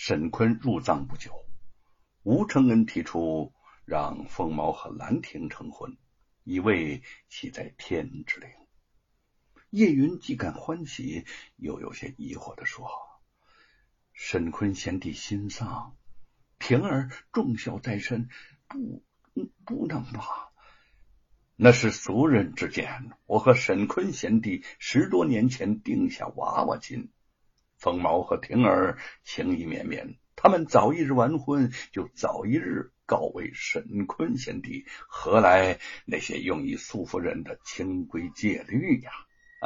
沈坤入葬不久，吴承恩提出让凤毛和兰亭成婚，以为其在天之灵。叶云既感欢喜，又有些疑惑地说：沈坤贤弟心丧，平儿重孝在身，不能吧？那是俗人之见，我和沈坤贤弟10多年前定下娃娃亲，凤毛和婷儿情意绵绵，他们早一日完婚，就早一日告为沈坤贤弟，何来那些用以束缚人的清规戒律呀？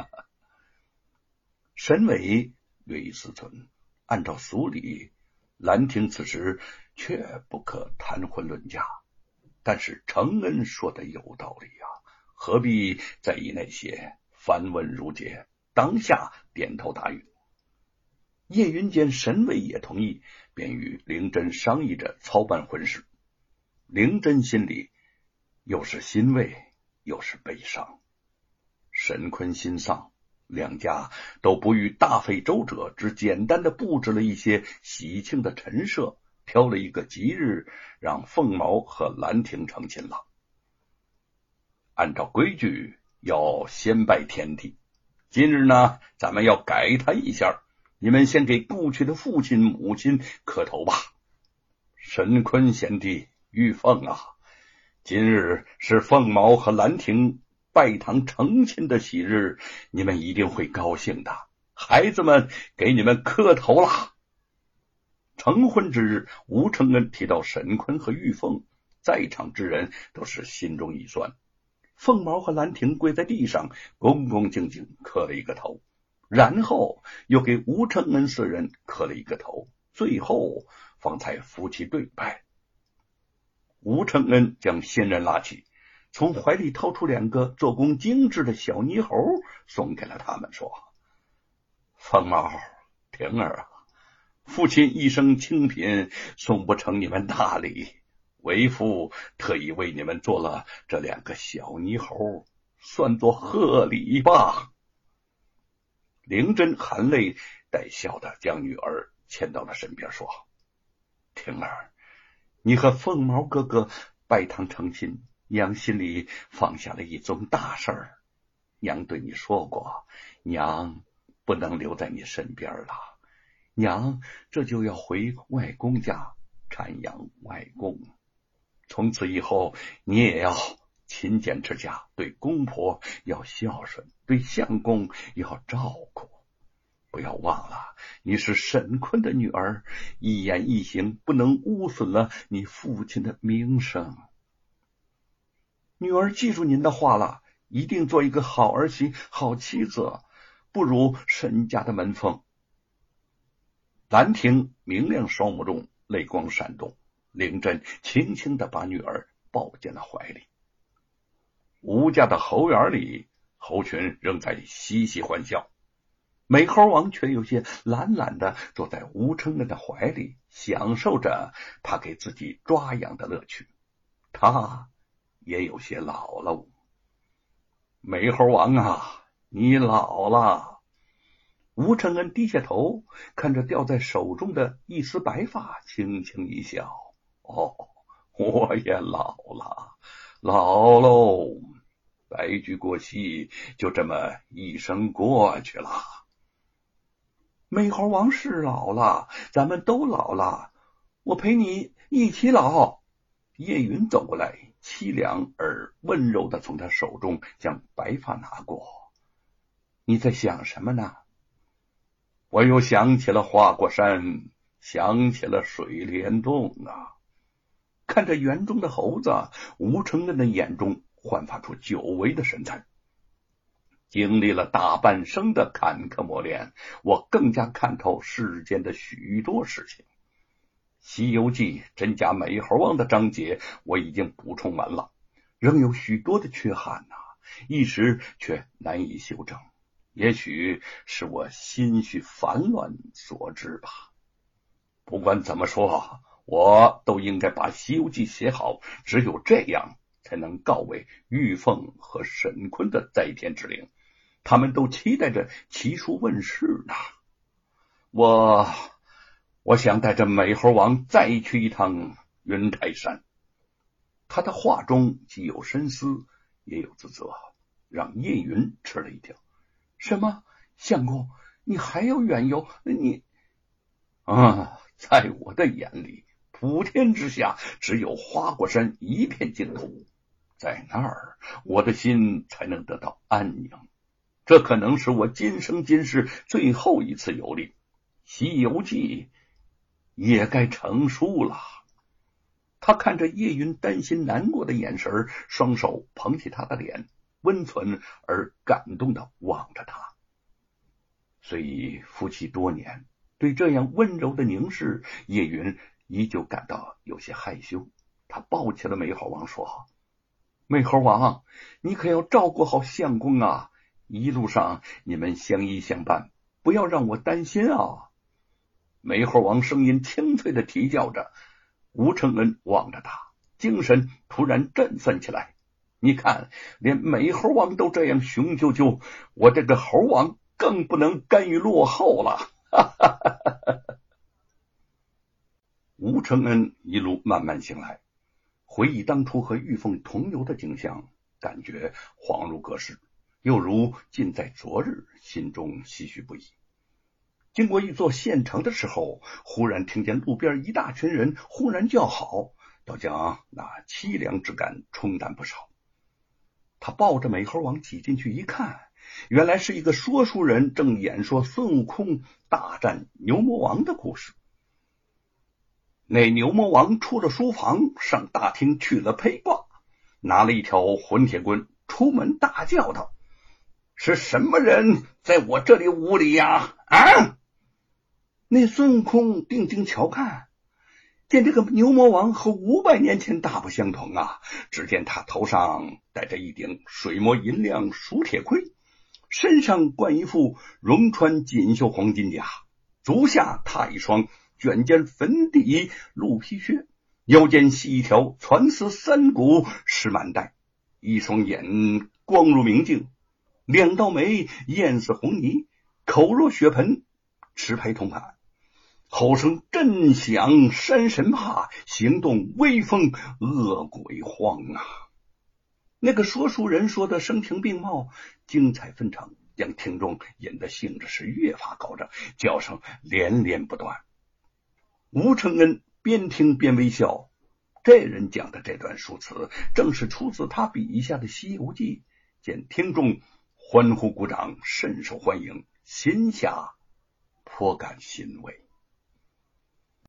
沈伟略一思忖，按照俗理，兰亭此时却不可谈婚论嫁，但是承恩说的有道理啊，何必在意那些？繁文缛节，当下点头答应。叶云见沈伟也同意，便与灵真商议着操办婚事。灵真心里又是欣慰又是悲伤。沈坤心丧，两家都不欲大费周折，只简单的布置了一些喜庆的陈设，挑了一个吉日，让凤毛和兰亭成亲了。按照规矩要先拜天地，今日呢，咱们要改他一下，你们先给故去的父亲母亲磕头吧。沈坤贤弟、玉凤啊，今日是凤毛和兰亭拜堂成亲的喜日，你们一定会高兴的。孩子们给你们磕头啦！成婚之日，吴承恩提到沈坤和玉凤，在场之人都是心中一酸。凤毛和兰亭跪在地上，恭恭敬敬磕了一个头，然后又给吴承恩4人磕了一个头，最后方才夫妻对拜。吴承恩将新人拉起，从怀里掏出2个做工精致的小泥猴，送给了他们，说：凤毛、婷儿啊，父亲一生清贫，送不成你们大礼，为父特意为你们做了这2个小泥猴，算作贺礼吧。灵真含泪带笑的将女儿牵到了身边，说：婷儿，你和凤毛哥哥拜堂成亲，娘心里放下了一宗大事儿。娘对你说过，娘不能留在你身边了，娘这就要回外公家赡养外公。从此以后，你也要勤俭持家，对公婆要孝顺，对相公要照顾。不要忘了，你是沈坤的女儿，一言一行不能污损了你父亲的名声。女儿记住您的话了，一定做一个好儿媳、好妻子，不辱沈家的门风。兰亭明亮双目中泪光闪动，灵真轻轻地把女儿抱进了怀里。吴家的猴园里，猴群仍在嬉戏欢笑，美猴王却有些懒懒地坐在吴承恩的怀里，享受着他给自己抓痒的乐趣。他也有些老了。美猴王啊，你老了。吴承恩低下头，看着掉在手中的一丝白发，轻轻一笑：哦，我也老了，老喽。白驹过隙，就这么一生过去了。美猴王是老了，咱们都老了，我陪你一起老。叶云走过来，凄凉而温柔地从他手中将白发拿过。你在想什么呢？我又想起了花果山，想起了水帘洞啊。看着园中的猴子，吴承恩的眼中焕发出久违的神采。经历了大半生的坎坷磨练，我更加看透世间的许多事情。西游记真假美猴王的章节我已经补充完了，仍有许多的缺憾一时却难以修正，也许是我心绪烦乱所致吧。不管怎么说，我都应该把西游记写好，只有这样才能告慰玉凤和沈坤的在天之灵，他们都期待着奇书问世呢。 我想带着美猴王再去一趟云台山。他的话中既有深思，也有自责，让叶云吃了一惊。什么？相公，你还要远游？你在我的眼里，普天之下只有花果山一片净土，在那儿我的心才能得到安宁。这可能是我今生今世最后一次游历，西游记也该成书了。他看着叶云担心难过的眼神，双手捧起他的脸，温存而感动地望着他。虽已夫妻多年，对这样温柔的凝视，叶云依旧感到有些害羞。他抱起了美猴王说：美猴王，你可要照顾好相公啊，一路上你们相依相伴，不要让我担心啊。美猴王声音清脆地啼叫着。吴承恩望着他，精神突然振奋起来。你看，连美猴王都这样雄赳赳，我这个猴王更不能甘于落后了。吴承恩一路慢慢醒来，回忆当初和玉凤同游的景象，感觉恍如隔世，又如近在昨日，心中唏嘘不已。经过一座县城的时候，忽然听见路边一大群人忽然叫好，倒将那凄凉之感冲淡不少。他抱着美猴王挤进去一看，原来是一个说书人正演说孙悟空大战牛魔王的故事。那牛魔王出了书房，上大厅去了披挂，拿了一条混铁棍，出门大叫道：是什么人在我这里无礼呀？那孙悟空定睛瞧看，见这个牛魔王和500年前大不相同啊！只见他头上戴着一顶水磨银亮熟铁盔，身上冠一副荣川锦绣黄金甲，足下踏一双卷尖粉底鹿皮靴，腰间系一条蚕丝三股石满带，一双眼光如明镜，2道眉艳似红泥，口若血盆，持拍铜盘，吼声震响山神怕，行动威风恶鬼慌啊！那个说书人说的声情并茂，精彩纷呈，将听众引得兴致是越发高涨，叫声连连不断。吴承恩边听边微笑，这人讲的这段书词正是出自他笔下的《西游记》，见听众欢呼鼓掌，甚受欢迎，心下颇感欣慰。